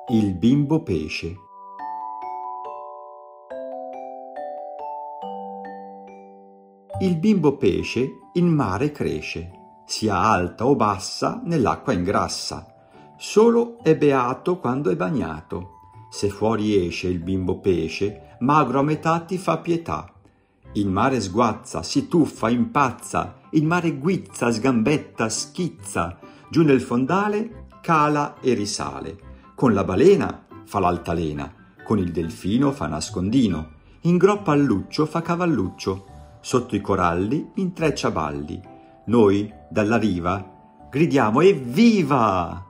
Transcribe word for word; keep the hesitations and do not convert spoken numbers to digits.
Il bimbo pesce. Il bimbo pesce in mare cresce, sia alta o bassa nell'acqua ingrassa, solo è beato quando è bagnato. Se fuori esce il bimbo pesce, magro a metà ti fa pietà. Il mare sguazza, si tuffa, impazza, il mare guizza, sgambetta, schizza, giù nel fondale cala e risale. Con la balena fa l'altalena, con il delfino fa nascondino, in groppa al luccio fa cavalluccio, sotto i coralli intreccia balli. Noi dalla riva gridiamo evviva!